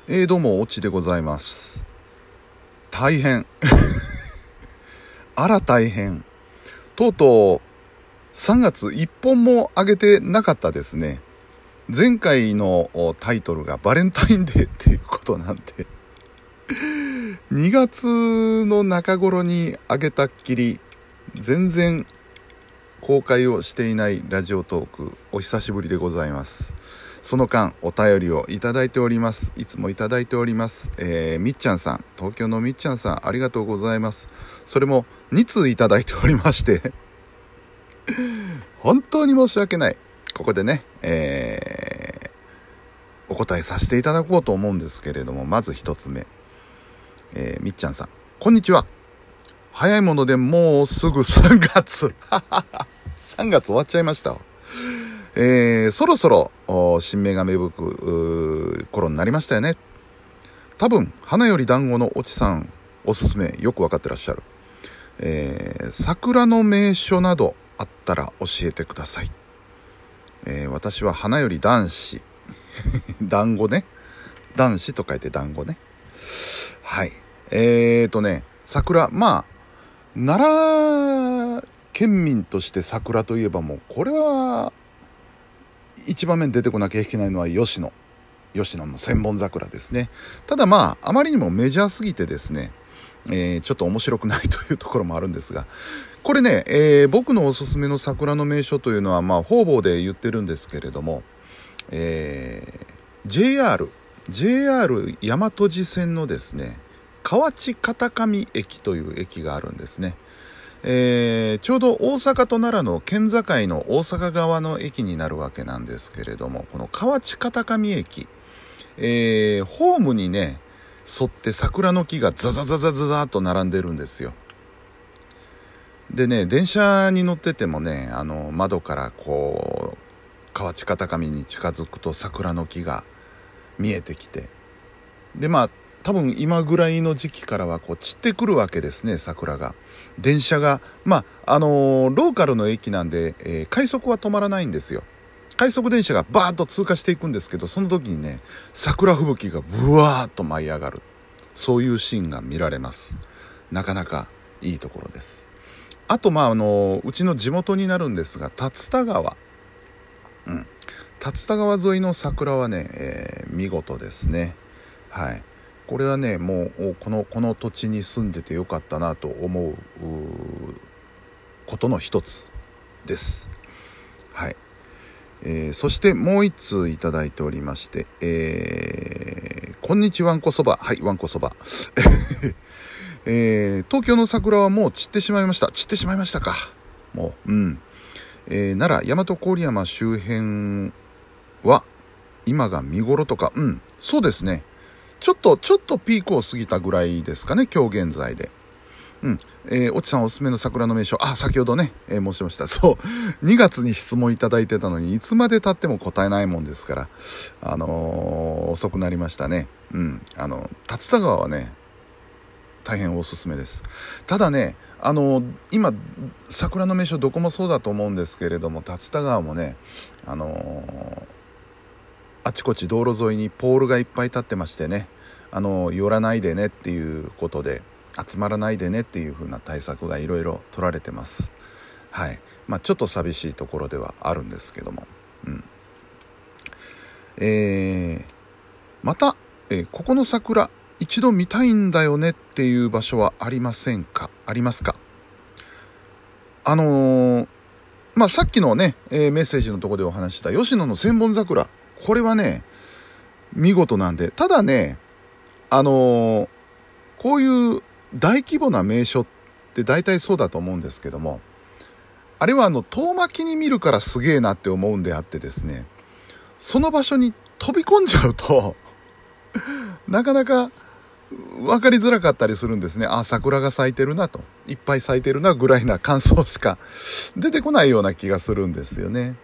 どうも、オチでございます。大変。あら大変。とうとう、3月1本も上げてなかったですね。前回のタイトルがバレンタインデーっていうことなんで、2月の中頃に上げたっきり、全然公開をしていないラジオトーク、お久しぶりでございます。その間お便りをいただいております。いつもいただいております。みっちゃんさん、東京のみっちゃんさん、ありがとうございます。それも2通いただいておりまして本当に申し訳ない。ここでね、お答えさせていただこうと思うんですけれども、まず一つ目、みっちゃんさん、こんにちは。早いものでもうすぐ3月3月終わっちゃいました。そろそろ新芽が芽吹く頃になりましたよね。多分花より団子のおちさんおすすめよくわかってらっしゃる、桜の名所などあったら教えてください。私は花より男子団子ね、男子と書いて団子ね。はい。桜、まあ奈良県民として桜といえばもうこれは一番目に出てこなきゃいけないのは吉野の千本桜ですね。ただまああまりにもメジャーすぎてですね、ちょっと面白くないというところもあるんですが、これね、僕のおすすめの桜の名所というのはまあ方々で言ってるんですけれども、JR 大和路線のですね、河内片上駅という駅があるんですね。ちょうど大阪と奈良の県境の大阪側の駅になるわけなんですけれども、この河内片上駅、ホームにね沿って桜の木がザザザザザザーっと並んでるんですよ。でね、電車に乗っててもね、窓からこう河内片上に近づくと桜の木が見えてきて、でまあ多分今ぐらいの時期からはこう散ってくるわけですね、桜が。電車がローカルの駅なんで、快速は止まらないんですよ。快速電車がバーッと通過していくんですけど、その時にね桜吹雪がブワーッと舞い上がる、そういうシーンが見られます。なかなかいいところです。あとうちの地元になるんですが、竜田川、竜田川沿いの桜はね、見事ですね。はい。これはね、もうこの土地に住んでてよかったなと思うことの一つです。はい。そしてもう一通いただいておりまして、こんにちはんこそば。はい、わんこそば。東京の桜はもう散ってしまいました。散ってしまいましたか。もう、奈良、大和郡山周辺は今が見頃とか、そうですね。ちょっとピークを過ぎたぐらいですかね、今日現在で。おちさんおすすめの桜の名所、先ほどね、申しました。そう、2月に質問いただいてたのに、いつまで経っても答えないもんですから、遅くなりましたね。竜田川はね、大変おすすめです。ただね、今、桜の名所どこもそうだと思うんですけれども、竜田川もね、あちこち道路沿いにポールがいっぱい立ってましてね、寄らないでねっていうことで、集まらないでねっていう風な対策がいろいろ取られてます。はい。ちょっと寂しいところではあるんですけども、また、ここの桜一度見たいんだよねっていう場所はありますか？さっきのね、メッセージのところでお話しした吉野の千本桜、これはね見事なんで、ただねこういう大規模な名所って大体そうだと思うんですけども、あれは遠巻きに見るからすげえなって思うんであってですね、その場所に飛び込んじゃうとなかなか分かりづらかったりするんですね。桜が咲いてるなと、いっぱい咲いてるなぐらいな感想しか出てこないような気がするんですよね。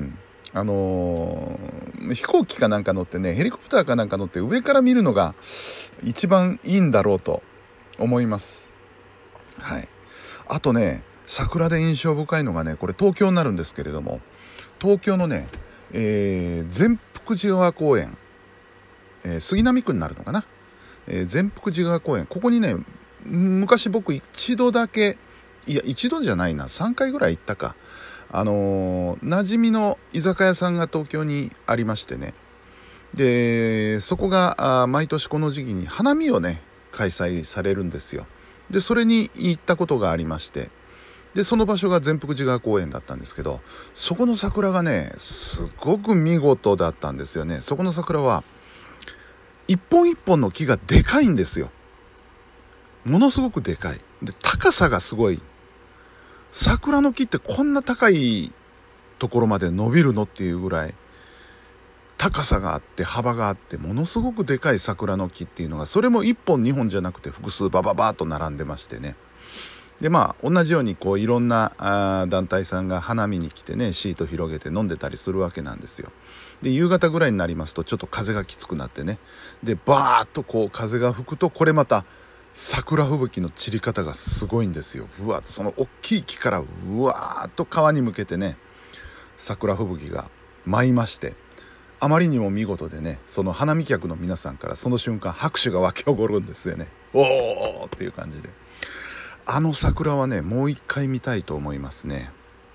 飛行機かなんか乗ってね、ヘリコプターかなんか乗って上から見るのが一番いいんだろうと思います。はい。あとね、桜で印象深いのがね、これ東京になるんですけれども、東京のね、善福寺川公園、 杉並区になるのかな、善福寺川公園、ここにね昔僕一度だけ、いや一度じゃないな、3回ぐらい行ったか、馴染みの居酒屋さんが東京にありましてね、でそこが毎年この時期に花見をね開催されるんですよ。でそれに行ったことがありまして、でその場所が善福寺川公園だったんですけど、そこの桜がねすごく見事だったんですよね。そこの桜は一本一本の木がでかいんですよ。ものすごくでかい。で高さがすごい。桜の木ってこんな高いところまで伸びるのっていうぐらい高さがあって幅があって、ものすごくでかい桜の木っていうのが、それも1本2本じゃなくて複数バババーっと並んでましてね。でまあ同じようにこういろんな団体さんが花見に来てね、シート広げて飲んでたりするわけなんですよ。で夕方ぐらいになりますとちょっと風がきつくなってね、でバーッとこう風が吹くと、これまた桜吹雪の散り方がすごいんですよ。うわっとその大きい木からうわーっと川に向けてね桜吹雪が舞いまして、あまりにも見事でね、その花見客の皆さんからその瞬間拍手が沸き起こるんですよね。おーっていう感じで、あの桜はねもう一回見たいと思いますね。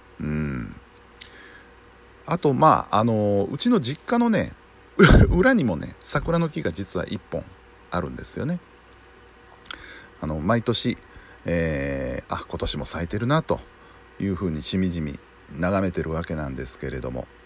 あとうちの実家のね裏にもね桜の木が実は一本あるんですよね。毎年、今年も咲いてるなというふうにしみじみ眺めてるわけなんですけれども、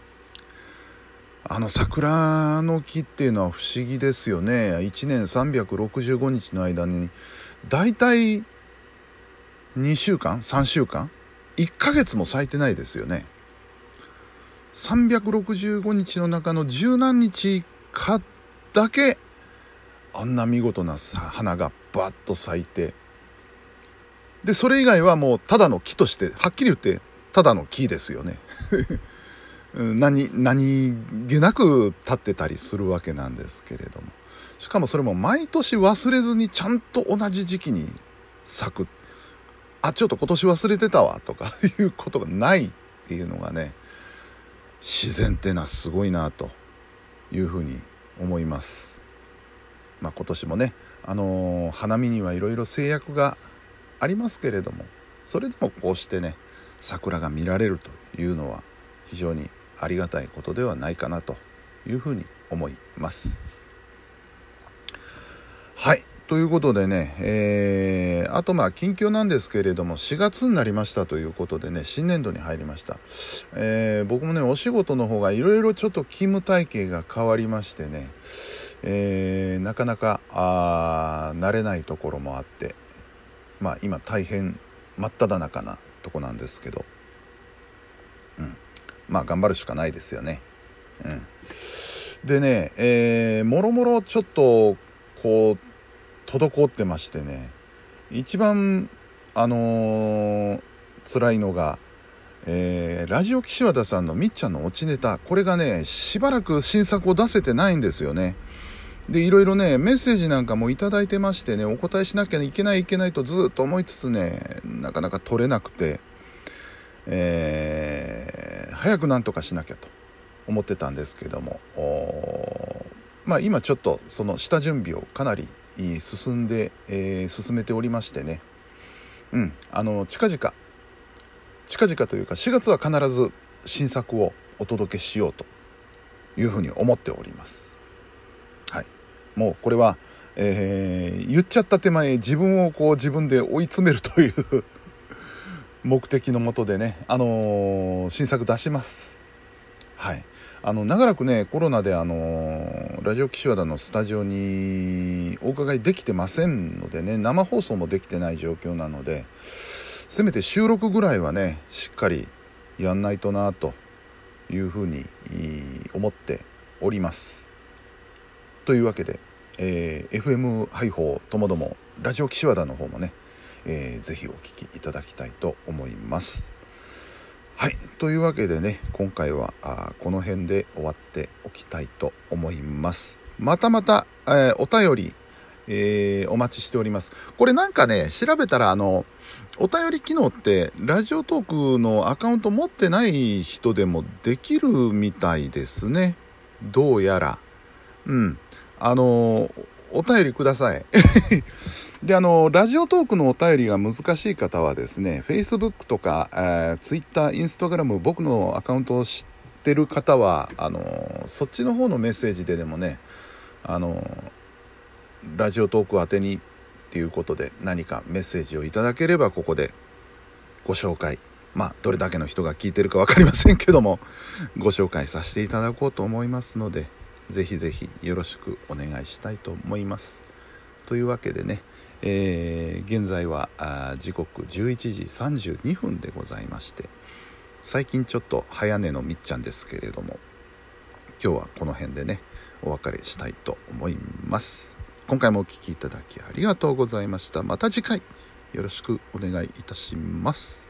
桜の木っていうのは不思議ですよね。1年365日の間にだいたい2週間3週間1ヶ月も咲いてないですよね。365日の中の十何日かだけあんな見事な花がバッと咲いて、でそれ以外はもうただの木として、はっきり言ってただの木ですよね何気なく立ってたりするわけなんですけれども、しかもそれも毎年忘れずにちゃんと同じ時期に咲く。ちょっと今年忘れてたわとかいうことがないっていうのがね、自然ってのはすごいなというふうに思います。今年もね、花見にはいろいろ制約がありますけれども、それでもこうしてね桜が見られるというのは非常にありがたいことではないかなというふうに思います。はい、ということでね、あと近況なんですけれども、4月になりましたということでね、新年度に入りました。僕もねお仕事の方がいろいろちょっと勤務体系が変わりましてね、なかなか慣れないところもあって、今大変真っ只中なとこなんですけど、頑張るしかないですよね。でね、もろもろちょっとこう滞ってましてね、一番辛いのが、ラジオ岸和田さんのみっちゃんのオチネタ、これがねしばらく新作を出せてないんですよね。でいろいろねメッセージなんかもいただいてましてね、お答えしなきゃいけないとずっと思いつつね、なかなか取れなくて、早くなんとかしなきゃと思ってたんですけども、今ちょっとその下準備をかなり進めておりましてね、近々というか4月は必ず新作をお届けしようというふうに思っております。はい、もうこれは、言っちゃった手前自分をこう自分で追い詰めるという目的のもとでね、新作出します。はい、長らくねコロナでラジオ岸和田のスタジオにお伺いできてませんのでね、生放送もできてない状況なので、せめて収録ぐらいはねしっかりやんないとなというふうに思っております。というわけで、FM ハイホーともどもラジオ岸和田の方もね、ぜひお聞きいただきたいと思います。はい、というわけでね、今回はこの辺で終わっておきたいと思います。また、お便り、お待ちしております。これなんかね調べたらお便り機能ってラジオトークのアカウント持ってない人でもできるみたいですね、どうやら。 お便りください。で、ラジオトークのお便りが難しい方はですね、Facebook とか、Twitter、Instagram、僕のアカウントを知ってる方は、そっちの方のメッセージででもね、ラジオトーク宛てにっていうことで何かメッセージをいただければここでご紹介、どれだけの人が聞いてるか分かりませんけどもご紹介させていただこうと思いますので、ぜひぜひよろしくお願いしたいと思います。というわけでね、現在は時刻11時32分でございまして、最近ちょっと早寝のみっちゃんですけれども、今日はこの辺でねお別れしたいと思います。今回もお聞きいただきありがとうございました。また次回よろしくお願いいたします。